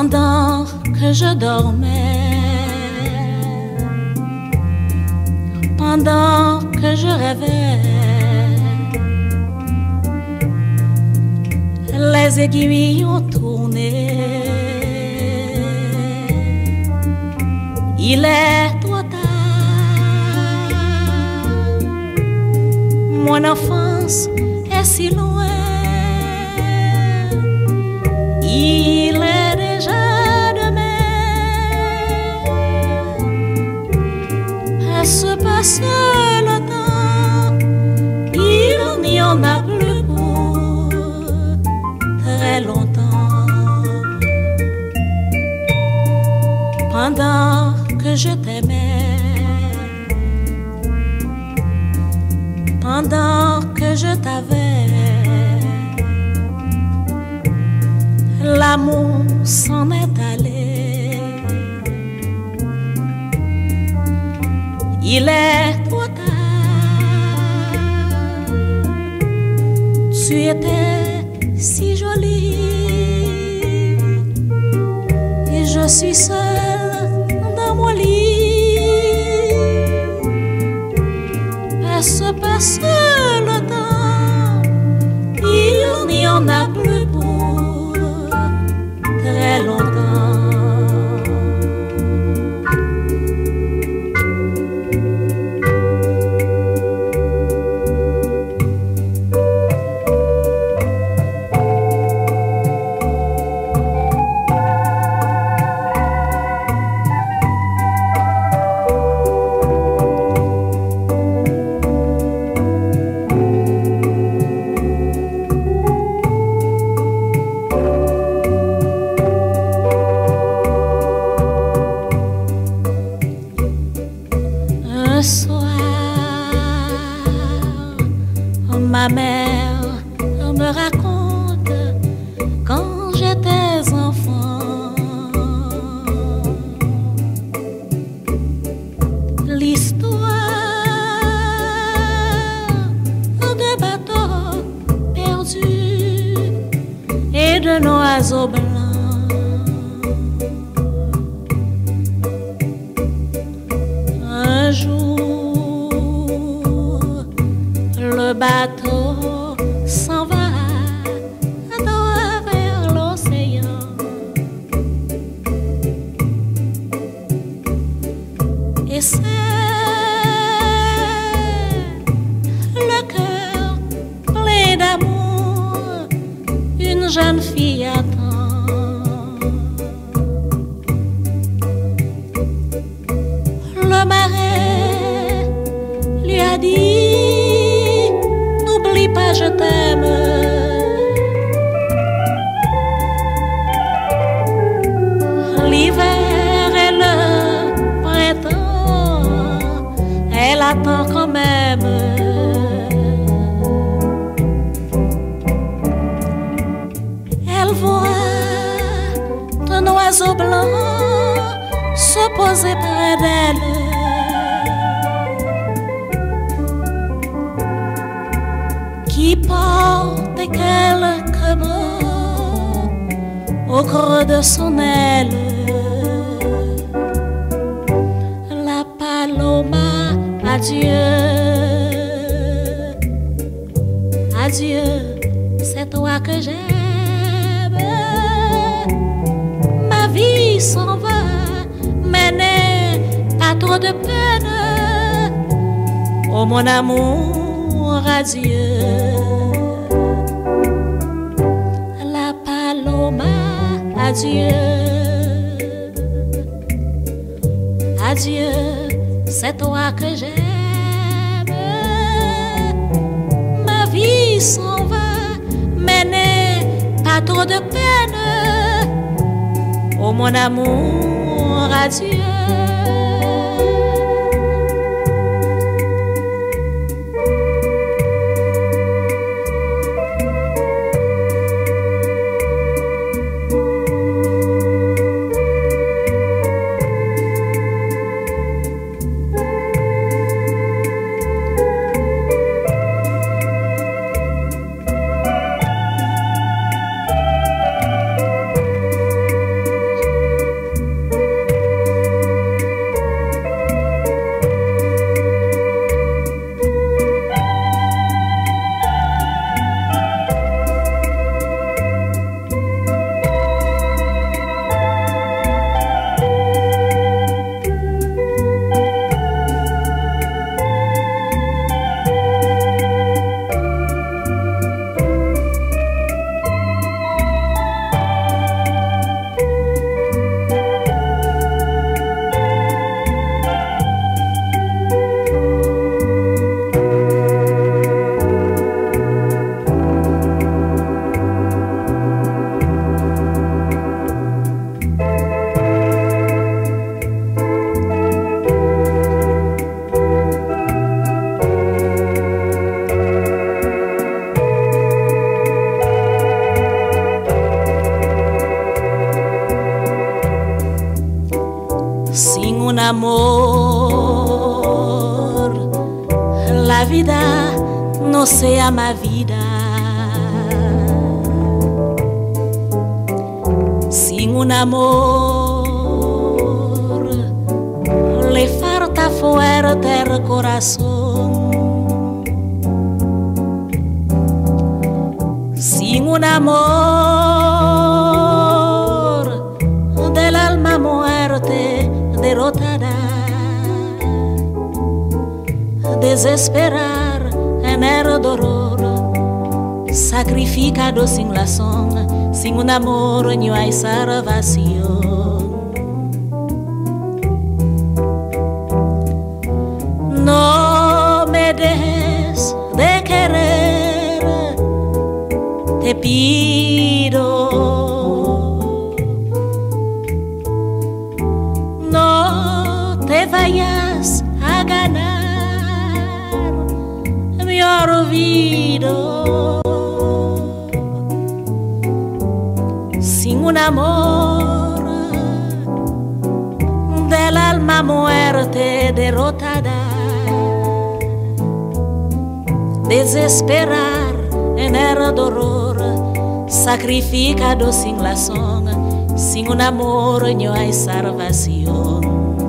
Pendant que je dormais, pendant que je rêvais, les aiguilles ont tourné. Il est trop tard, mon enfance est si loin. Il est déjà demain. Passe le temps, il n'y en a plus pour très longtemps. Pendant que je t'aimais, pendant que je t'avais, l'amour s'en est allé. Il est trop tard. Tu étais si jolie et je suis seule dans mon lit. Passe le temps, il n'y en a plus pour très longtemps. Un soir, ma mère me raconte quand j'étais enfant l'histoire de bateaux perdus et de oiseaux blancs. Un jour, le bateau s'en va à travers l'océan. Et c'est le cœur plein d'amour, une jeune fille attend. Le marin lui a dit: n'oublie pas, je t'aime. L'hiver et le printemps, elle attend quand même. Elle voit un oiseau blanc se poser près d'elle. Qui porte quelques mots au creux de son aile. La paloma, adieu, adieu, c'est toi que j'aime. Ma vie s'en va, mais n'aie pas trop de peine. Oh mon amour, adieu. La paloma, adieu. Adieu, c'est toi que j'aime. Ma vie s'en va, mais n'aie pas trop de peine. Oh mon amour, adieu. amor, la vida no sea ma vida. Sin un amor le falta fuerte el corazón. Sin un amor del alma muerte derrotada, desesperar en el dolor, sacrificado sin razón. Sin un amor no hay salvación. No me dejes de querer, te pido. No te vayas a ganar mi olvido. Sin un amor del alma muerte derrotada, desesperar en el dolor, sacrificado sin razón. Sin un amor no hay salvación.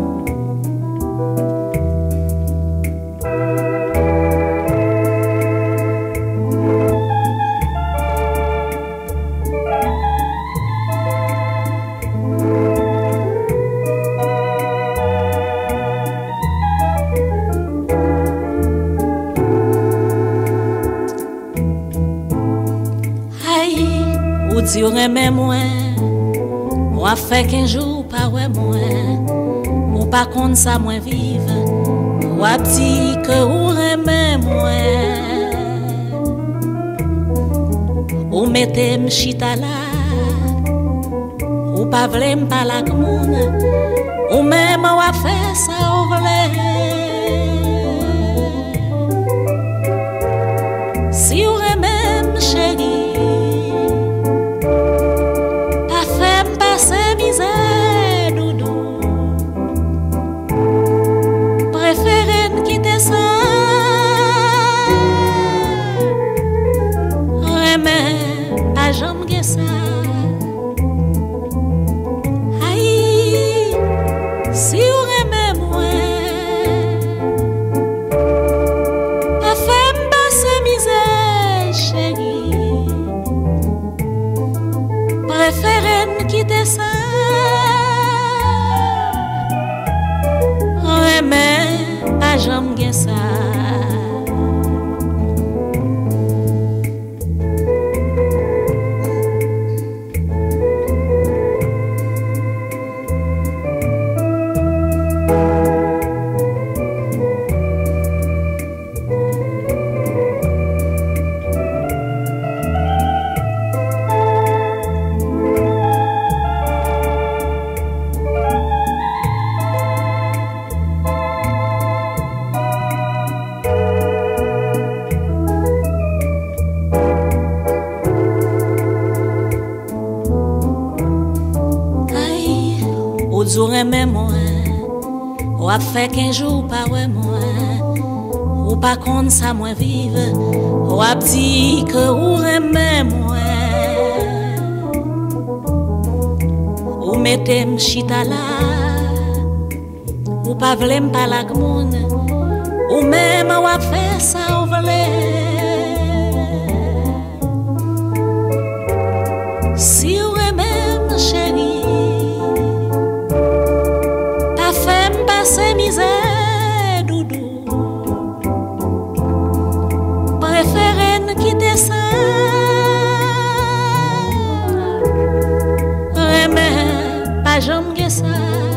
Ou di ou reme mwen, ou a fait qu'un jour pa wè mwen, ou pa kon sa mwen vive, ou a di que ou reme mwen, ou mette m'chita la, ou pa vle m'pala k moun, ou même ou a fait sa ou vle. Si ou reme m'chéri, j'aime que ça. Aïe, si vous aimez moi, pas femme basse misère, chérie. Préférez quitter ça. Mais j'aime que ça. Ou di ou reme mwen, ou a fait qu'un jour pa wè mwen, ou pa kon sa mwen vive, ou a di que ou reme mwen, ou mette m'chita la, ou pa vle m'pala k moun, ou même ou a fait sa ou vle. Si ou reme m'chéri, c'est misère, doudou. Préférez quitter ça. Mais pas j'aime que ça.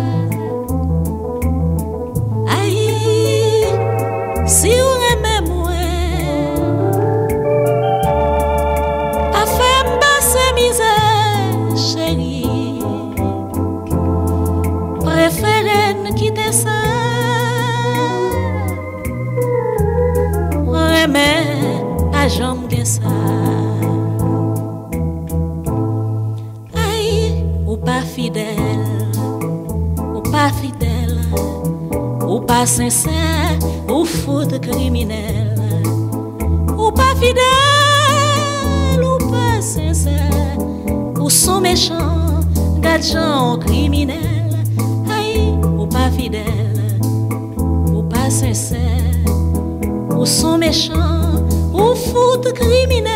Aïe, si vous aimez moi, pas femme basse misère, chérie. Préférez quitter ça. Mais pas j'aime que ça. Aïe, ou pas fidèle, pas sincère, ou faute criminelle, ou pas fidèle, ou pas sincère, ou sont méchants, gadjans criminels, aïe, ou pas fidèle, ou pas sincère, ou sont méchants, ou faute criminelle.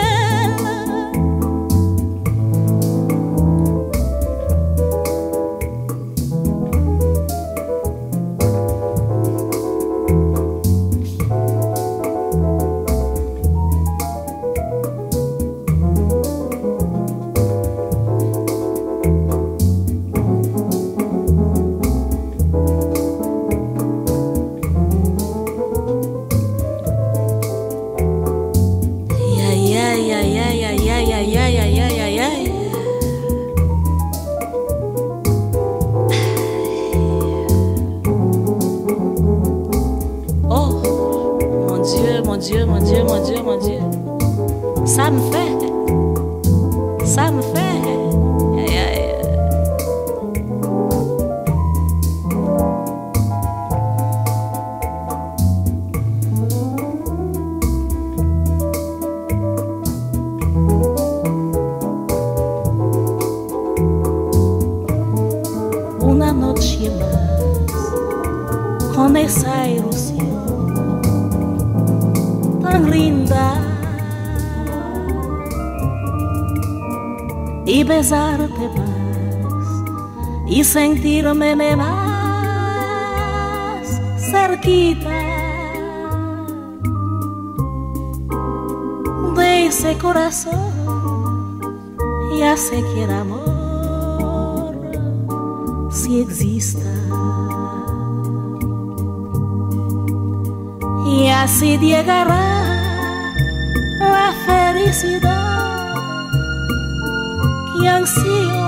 Mon Dieu, ça me fait, aïe, aïe. Una noche más, con esa ilusión tan linda, y besarte más y sentirme más cerquita de ese corazón. Ya sé que el amor sí exista, y así llegará la felicidad que ansío.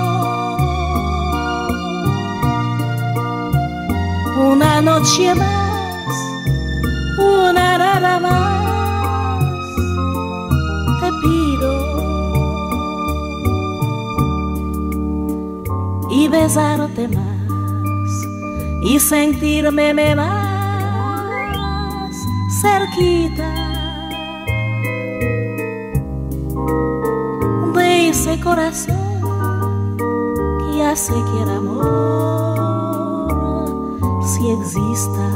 Una noche más, una nada más, te pido, y besarte más y sentirme más cerquita de ese corazón que hace que el amor sí exista.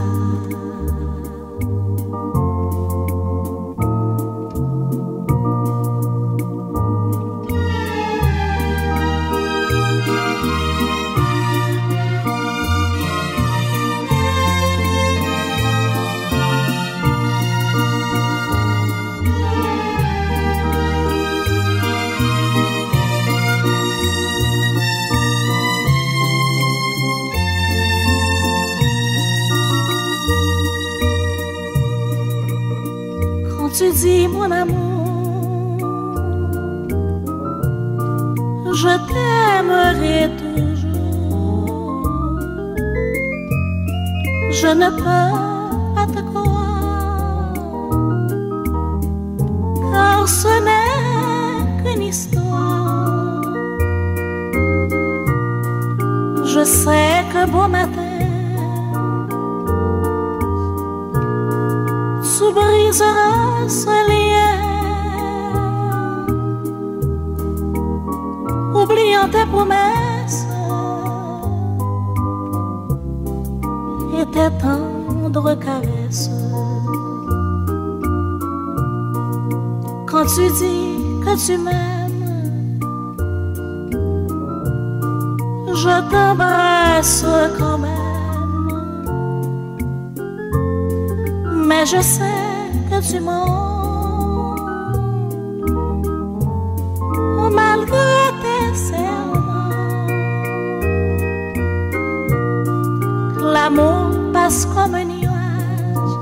Tu dis mon amour, je t'aimerai toujours. Je ne peux pas te croire, car ce n'est qu'une histoire. Je sais que beau matin tu briseras ce lien, oubliant tes promesses et tes tendres caresses. Quand tu dis que tu m'aimes, je t'embrasse quand même. Mais je sais que tu mens, malgré tes serments. L'amour passe comme un nuage,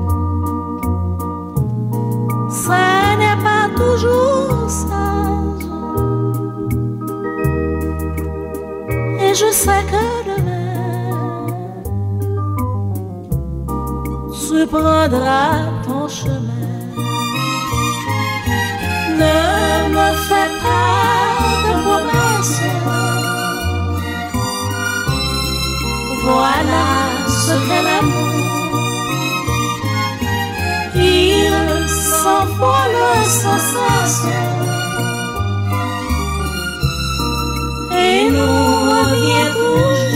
ça n'est pas toujours sage. Et je sais que tu prendras ton chemin. Ne me fais pas de promesses, voilà ce qu'est l'amour. sensation et nous revient toujours.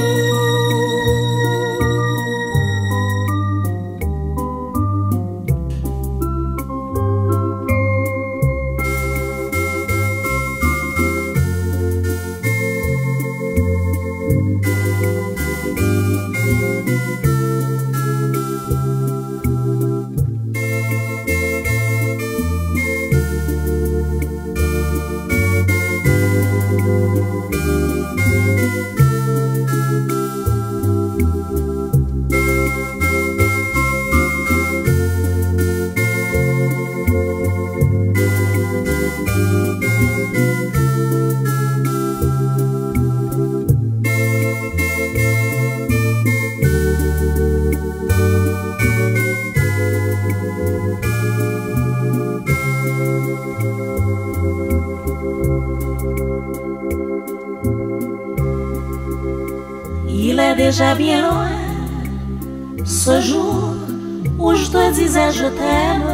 Il est déjà bien loin, ce jour où je te disais je t'aime.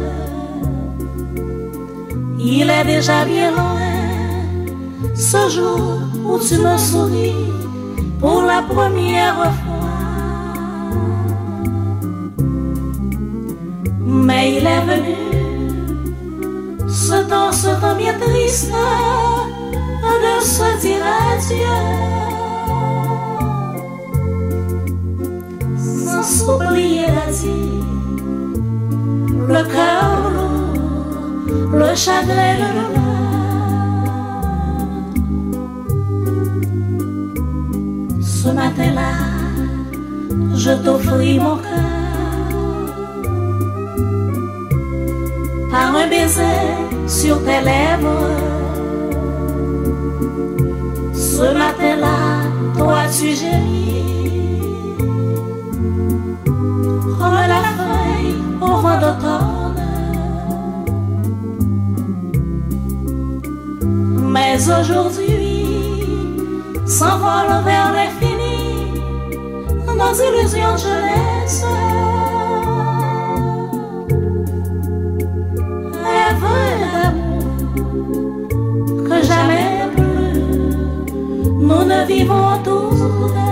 Il est déjà bien loin, ce jour où tu me souris pour la première fois. Mais il est venu ce temps bien triste de se dire adieu. Sans oublier la vie, le cœur lourd, le chagrin, le douleur. Ce matin-là, je t'offris mon cœur par un baiser sur tes lèvres. Ce matin-là, toi tu gémis comme la feuille au vent d'automne. Mais aujourd'hui s'envole vers l'infini nos illusions de jeunesse. Rêve d'amour que jamais plus nous ne vivons tous.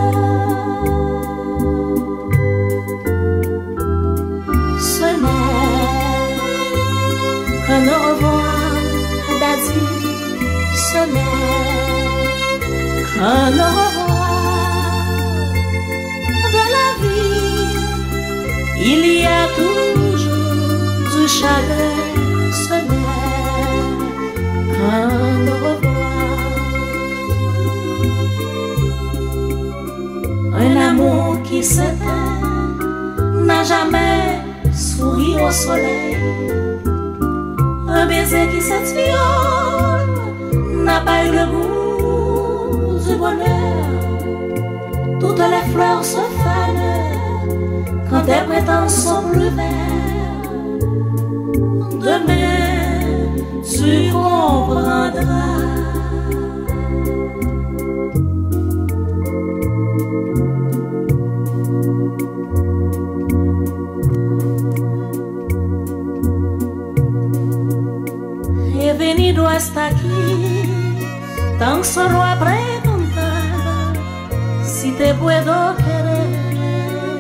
Un au revoir d'adieu, ce n'est qu'un au revoir de la vie. Il y a toujours du chagrin, ce n'est qu'un au revoir. Un amour qui s'éteint n'a jamais souri au soleil. Un baiser qui s'expiole n'a pas eu le goût du bonheur. Toutes les fleurs se fanent quand tes printemps sont plus verts. Demain, tu comprendras. Venido hasta aquí, tan solo a preguntar si te puedo querer.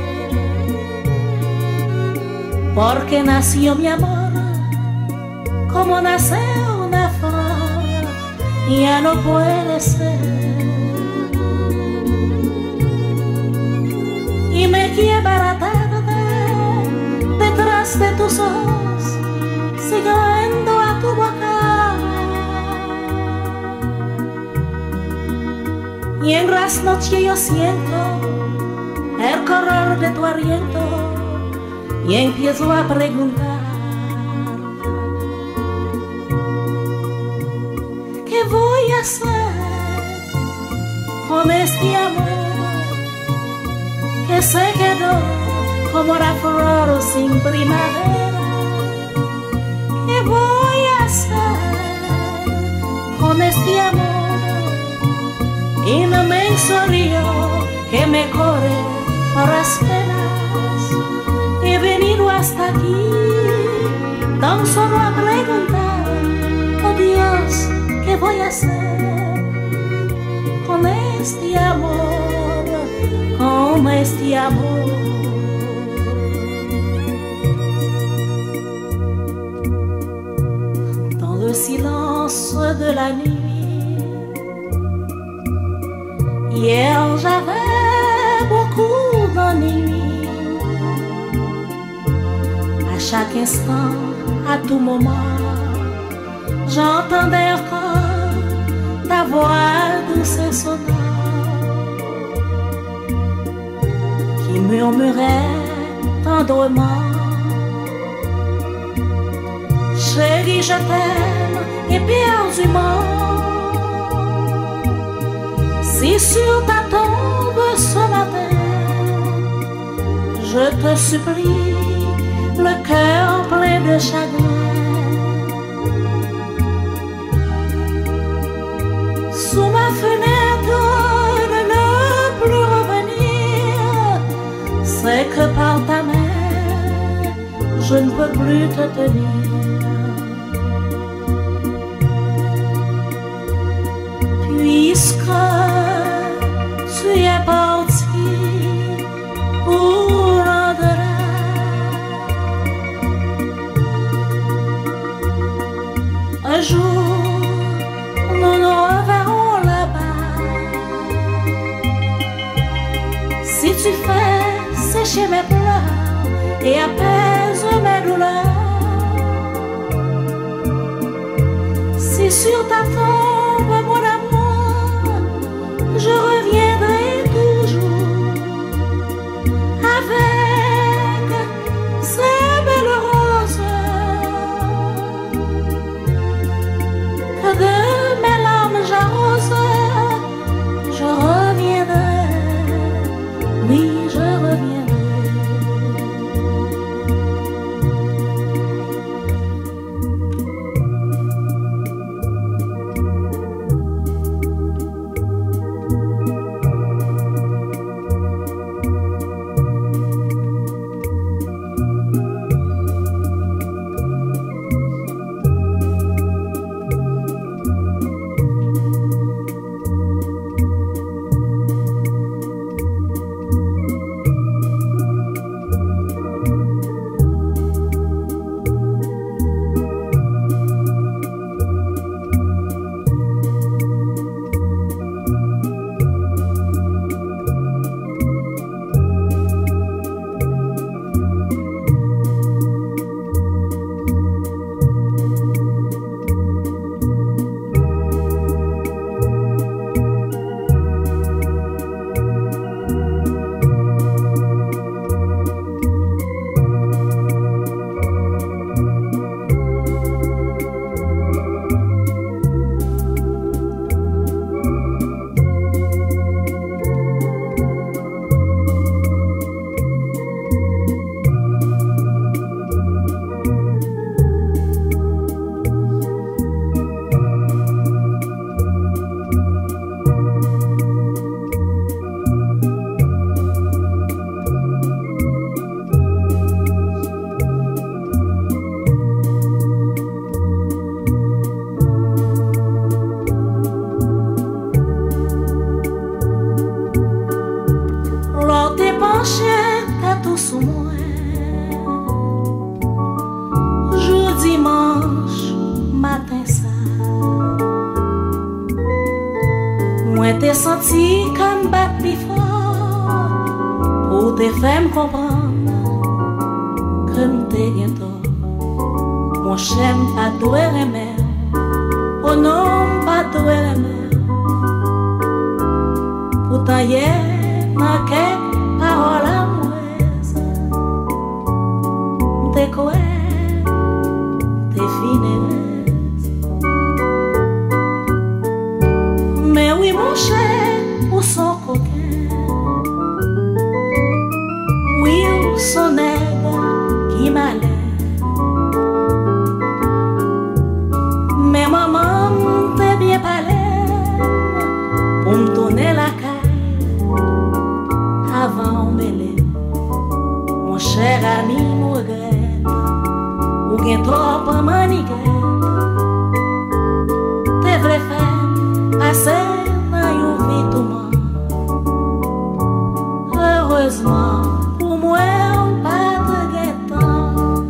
Porque nació mi amor, como nace una flor, ya no puede ser. Y me quiebra la tarde detrás de tus ojos, siguiendo a tu boca. Y en las noches yo siento el color de tu aliento y empiezo a preguntar: ¿qué voy a hacer con este amor que se quedó como la flor sin primavera? ¿Qué voy a hacer con este amor inmenso río que me corre por las penas? He venido hasta aquí Não solo a preguntar, oh Dios, ¿qué voy a hacer con este amor, con este amor? Dans le silence de la nuit, hier j'avais beaucoup d'ennuis. À chaque instant, à tout moment, j'entendais encore ta voix douce et sonore qui murmurait tendrement: chérie, je t'aime éperdument. Si sur ta tombe ce matin, je te supplie, le cœur plein de chagrin, sous ma fenêtre de ne plus revenir, c'est que par ta main je ne peux plus te tenir. Puisque tu es parti pour l'au-delà, un jour nous nous reverrons là-bas. Si tu fais sécher mes pleurs et apaises mes douleurs, si sur ta tombe, mon amour, je reviendrai toujours avec ces belles roses que de mes larmes j'arrose. Je reviendrai, oui, je reviendrai. Jour dimanche matin ça, moi t'ai senti comme battre plus fort pour te faire me comprendre que m'te bien tort. Mon cher pas doué remède, oh non pas doué remède. Pourtant hier dans quelques paroles amoureuses, m'te quoi t'es fineuse. Mais oui mon cher, ou son coquin, oui ou son nègre qui m'a l'air. Mais maman t'es bien palais pour me tourner la caille avant mêler. Mon cher ami me regrette, ou bien gen trop maniquet. Te vle faire passer dans yon vitouman. Heureusement pour moi on pas de guetan.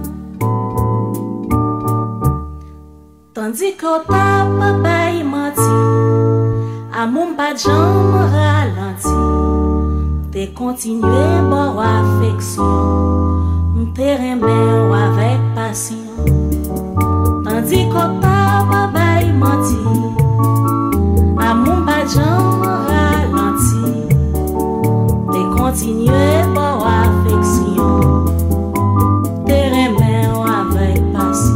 Tandis que ta papa y menti, à mon pas de jambe ralenti. Te continué par affection, te remet avec passion. Tandis que ta papa y menti, à mon pas de jambe ralenti. Te continué par affection, te remet avec passion.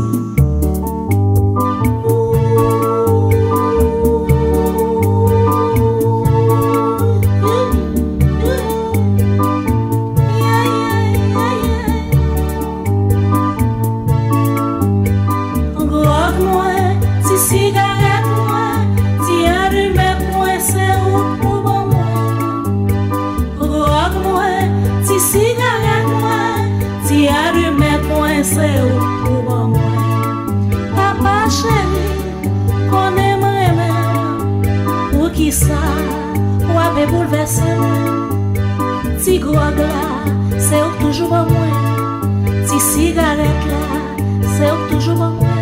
C'est pour moi. Papa chéri, qu'on aimerait pour qui ça, ou avait bouleversé moi. Si gros là, c'est toujours moi. Si cigarette là, c'est toujours moi.